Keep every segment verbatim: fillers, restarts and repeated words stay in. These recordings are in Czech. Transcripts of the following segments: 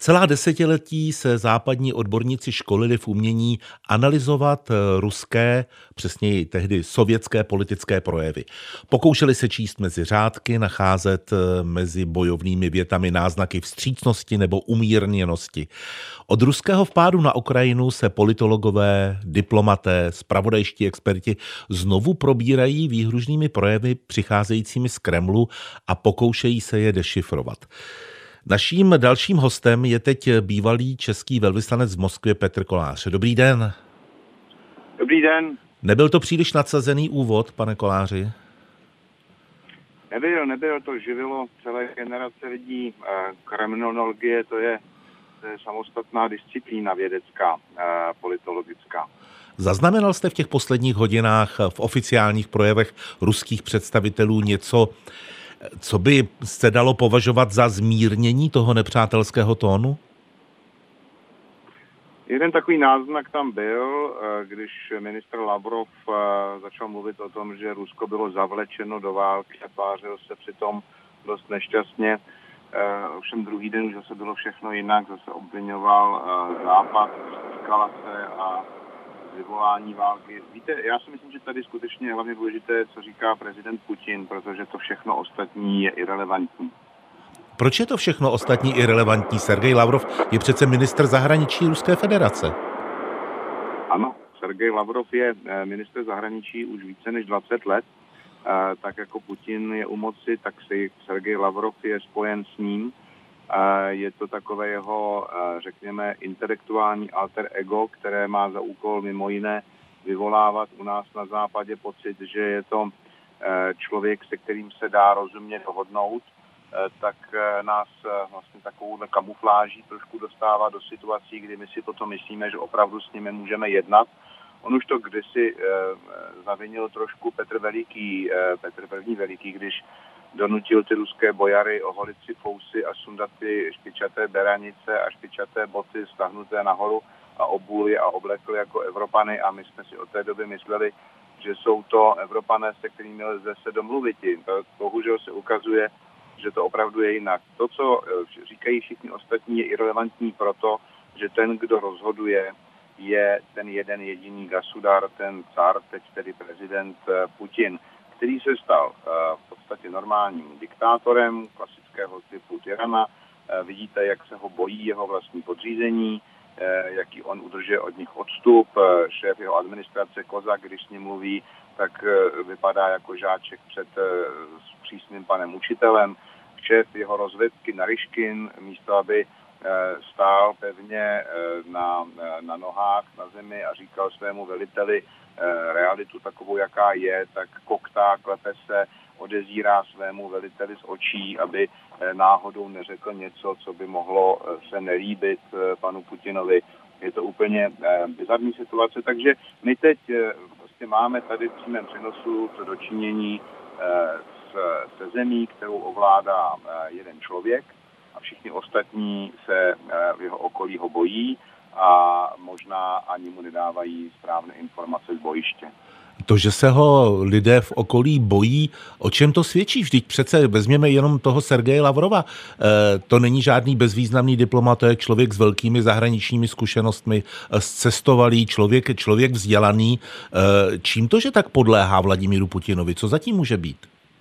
Celá desetiletí se západní odborníci školili v umění analyzovat ruské, přesněji tehdy sovětské politické projevy. Pokoušeli se číst mezi řádky, nacházet mezi bojovnými větami náznaky vstřícnosti nebo umírněnosti. Od ruského vpádu na Ukrajinu se politologové, diplomaté, zpravodajští experti znovu probírají výhružnými projevy přicházejícími z Kremlu a pokoušejí se je dešifrovat. Naším dalším hostem je teď bývalý český velvyslanec v Moskvě Petr Kolář. Dobrý den. Dobrý den. Nebyl to příliš nadsazený úvod, pane Koláři? Nebyl, nebyl. To živilo celé generace lidí. Kriminologie to je, to je samostatná disciplína vědecká, politologická. Zaznamenal jste v těch posledních hodinách v oficiálních projevech ruských představitelů něco, co by se dalo považovat za zmírnění toho nepřátelského tónu? Jeden takový náznak tam byl, když ministr Lavrov začal mluvit o tom, že Rusko bylo zavlečeno do války a tvářil se přitom dost nešťastně. Ovšem druhý den už zase bylo všechno jinak, zase obvinoval Západ, eskalace a vyvolání války. Víte, já si myslím, že tady skutečně je hlavně důležité, co říká prezident Putin, protože to všechno ostatní je irelevantní. Proč je to všechno ostatní irelevantní? Sergej Lavrov je přece ministr zahraničí Ruské federace. Ano, Sergej Lavrov je ministr zahraničí už více než dvacet let. Tak jako Putin je u moci, tak si Sergej Lavrov je spojen s ním. Je to takové jeho, řekněme, intelektuální alter ego, které má za úkol mimo jiné vyvolávat u nás na západě pocit, že je to člověk, se kterým se dá rozumně dohodnout, tak nás vlastně takovou kamufláží trošku dostává do situací, kdy my si potom myslíme, že opravdu s nimi můžeme jednat. On už to kdysi zavinil trošku Petr Veliký, Petr první Veliký, když donutil ty ruské bojary oholit si fousy a sundat ty špičaté beranice a špičaté boty stahnuté nahoru a obuli a oblekli jako Evropany a my jsme si od té doby mysleli, že jsou to Evropané, se kterými lze se domluvit. Bohužel se ukazuje, že to opravdu je jinak. To, co říkají všichni ostatní, je irelevantní proto, že ten, kdo rozhoduje, je ten jeden jediný gasudar, ten car, teď tedy prezident Putin, který se stal v podstatě normálním diktátorem klasického typu tyrana. Vidíte, jak se ho bojí jeho vlastní podřízení, jaký on udržuje od nich odstup. Šéf jeho administrace Kozak, když s ním mluví, tak vypadá jako žáček před přísným panem učitelem. Šéf jeho rozvědky Naryškin, místo aby stál pevně na, na nohách na zemi a říkal svému veliteli realitu takovou, jaká je, tak koktá, klepe se, odezírá svému veliteli z očí, aby náhodou neřekl něco, co by mohlo se nelíbit panu Putinovi. Je to úplně bizarní situace, takže my teď vlastně máme tady v přímém přenosu co dočinění se zemí, kterou ovládá jeden člověk a všichni ostatní se v jeho okolí ho bojí a možná ani mu nedávají správné informace z bojiště. To, že se ho lidé v okolí bojí, o čem to svědčí? Vždyť přece vezměme jenom toho Sergeje Lavrova. E, to není žádný bezvýznamný diplomat, to je člověk s velkými zahraničními zkušenostmi, zcestovalý člověk, člověk vzdělaný. E, čím to, že tak podléhá Vladimíru Putinovi? Co zatím může být?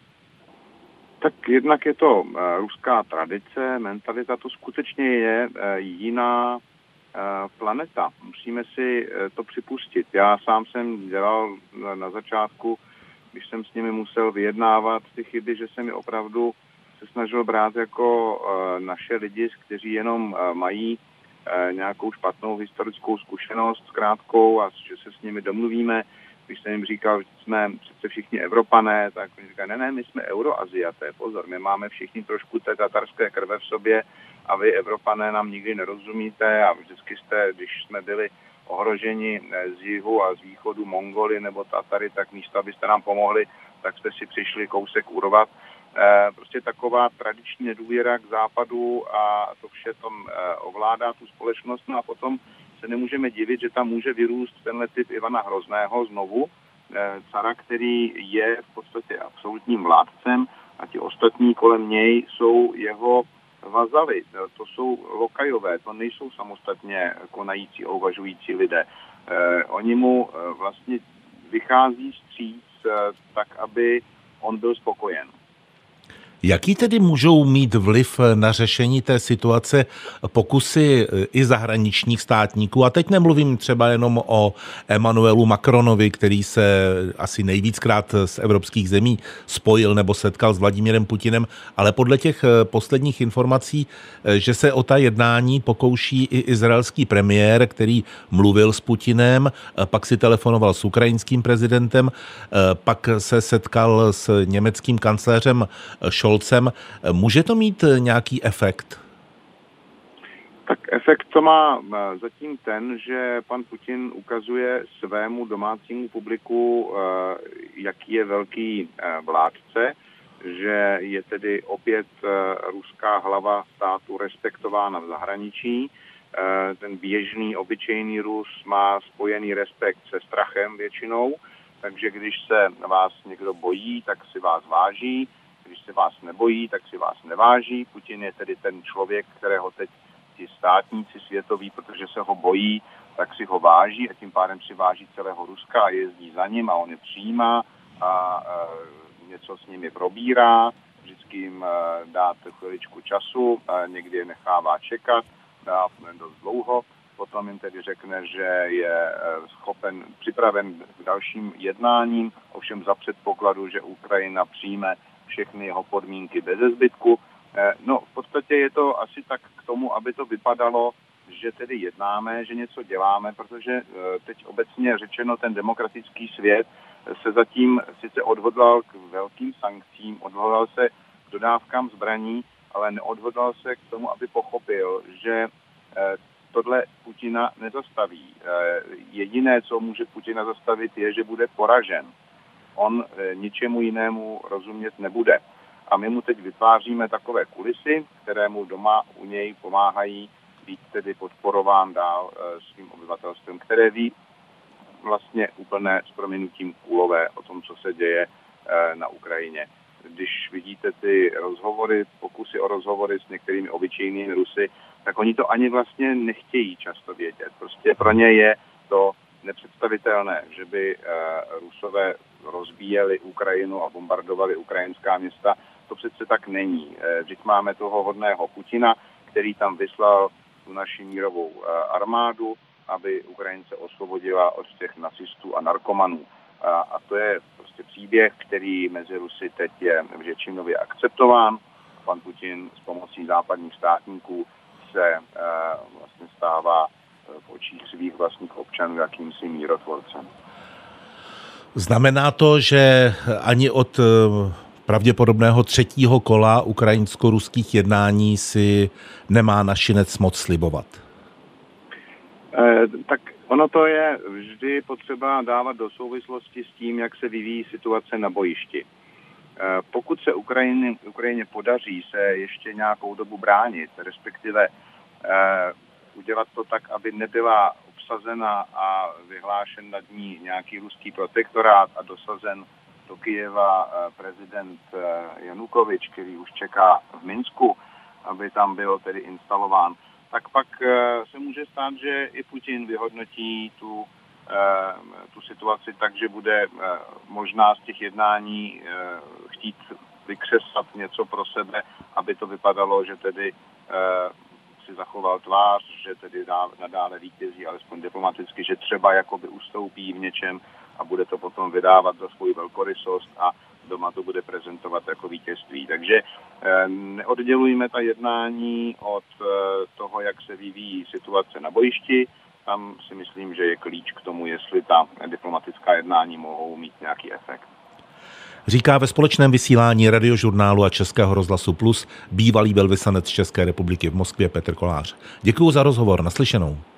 Tak jednak je to ruská tradice, mentalita, to skutečně je jiná planeta. Musíme si to připustit. Já sám jsem dělal na začátku, když jsem s nimi musel vyjednávat ty chyby, že jsem je opravdu se snažil brát jako naše lidi, kteří jenom mají nějakou špatnou historickou zkušenost krátkou a že se s nimi domluvíme. Když jsem jim říkal, že jsme přece všichni Evropané, tak oni říkají, ne, ne, my jsme Euroaziaté, pozor, my máme všichni trošku té tatarské krve v sobě a vy Evropané nám nikdy nerozumíte a vždycky jste, když jsme byli ohroženi z jihu a z východu Mongoly nebo Tatary, tak místo, abyste nám pomohli, tak jste si přišli kousek urvat. Prostě taková tradiční nedůvěra k západu a to vše tam ovládá tu společnost, no a potom se nemůžeme divit, že tam může vyrůst tenhle typ Ivana Hrozného znovu, cara, který je v podstatě absolutním vládcem a ti ostatní kolem něj jsou jeho vazaly, to jsou lokajové, to nejsou samostatně konající a uvažující lidé. Oni mu vlastně vychází vstříc tak, aby on byl spokojen. Jaký tedy můžou mít vliv na řešení té situace pokusy i zahraničních státníků? A teď nemluvím třeba jenom o Emmanuelu Macronovi, který se asi nejvíckrát z evropských zemí spojil nebo setkal s Vladimírem Putinem, ale podle těch posledních informací, že se o ta jednání pokouší i izraelský premiér, který mluvil s Putinem, pak si telefonoval s ukrajinským prezidentem, pak se setkal s německým kancléřem Scholzem. Může to mít nějaký efekt? Tak efekt to má zatím ten, že pan Putin ukazuje svému domácímu publiku, jaký je velký vládce, že je tedy opět ruská hlava státu respektována v zahraničí. Ten běžný, obyčejný Rus má spojený respekt se strachem většinou, takže když se vás někdo bojí, tak si vás váží. Když se vás nebojí, tak si vás neváží. Putin je tedy ten člověk, kterého teď ti státníci světoví, protože se ho bojí, tak si ho váží a tím pádem si váží celého Ruska a jezdí za ním a on je přijímá a, a něco s nimi probírá. Vždycky jim dá chviličku času, a někdy je nechává čekat, dá dost dlouho. Potom jim tedy řekne, že je schopen, připraven k dalším jednáním, ovšem za předpokladu, že Ukrajina přijme všechny jeho podmínky beze zbytku. No, v podstatě je to asi tak k tomu, aby to vypadalo, že tedy jednáme, že něco děláme, protože teď obecně řečeno ten demokratický svět se zatím sice odhodlal k velkým sankcím, odhodlal se k dodávkám zbraní, ale neodhodlal se k tomu, aby pochopil, že tohle Putina nezastaví. Jediné, co může Putina zastavit, je, že bude poražen. On ničemu jinému rozumět nebude. A my mu teď vytváříme takové kulisy, které mu doma u něj pomáhají být tedy podporován dál svým obyvatelstvem, které ví vlastně úplné s prominutím kůlové o tom, co se děje na Ukrajině. Když vidíte ty rozhovory, pokusy o rozhovory s některými obyčejnými Rusy, tak oni to ani vlastně nechtějí často vědět. Prostě pro ně je to nepředstavitelné, že by Rusové rozbíjeli Ukrajinu a bombardovali ukrajinská města. To přece tak není. Vždyť máme toho hodného Putina, který tam vyslal tu naši mírovou armádu, aby Ukrajince osvobodila od těch nacistů a narkomanů. A to je prostě příběh, který mezi Rusy teď je většinově akceptován. Pan Putin s pomocí západních státníků se vlastně stává v očích svých vlastních občanů jakýmsi mírotvorcem. Znamená to, že ani od pravděpodobného třetího kola ukrajinsko-ruských jednání si nemá našinec moc slibovat? Eh, tak ono to je vždy potřeba dávat do souvislosti s tím, jak se vyvíjí situace na bojišti. Eh, pokud se Ukrajině, Ukrajině podaří se ještě nějakou dobu bránit, respektive eh, udělat to tak, aby nebyla obsazena a vyhlášen nad ní nějaký ruský protektorát a dosazen do Kyjeva prezident Janukovič, který už čeká v Minsku, aby tam byl tedy instalován, tak pak se může stát, že i Putin vyhodnotí tu, tu situaci tak, že bude možná z těch jednání chtít vykřesat něco pro sebe, aby to vypadalo, že tedy si zachoval tvář, že tedy nadále vítězí, alespoň diplomaticky, že třeba jakoby ustoupí v něčem a bude to potom vydávat za svou velkorysost a doma to bude prezentovat jako vítězství. Takže neoddělujme ta jednání od toho, jak se vyvíjí situace na bojišti. Tam si myslím, že je klíč k tomu, jestli ta diplomatická jednání mohou mít nějaký efekt. Říká ve společném vysílání Radiožurnálu a Českého rozhlasu Plus bývalý velvyslanec České republiky v Moskvě Petr Kolář. Děkuji za rozhovor, naslyšenou.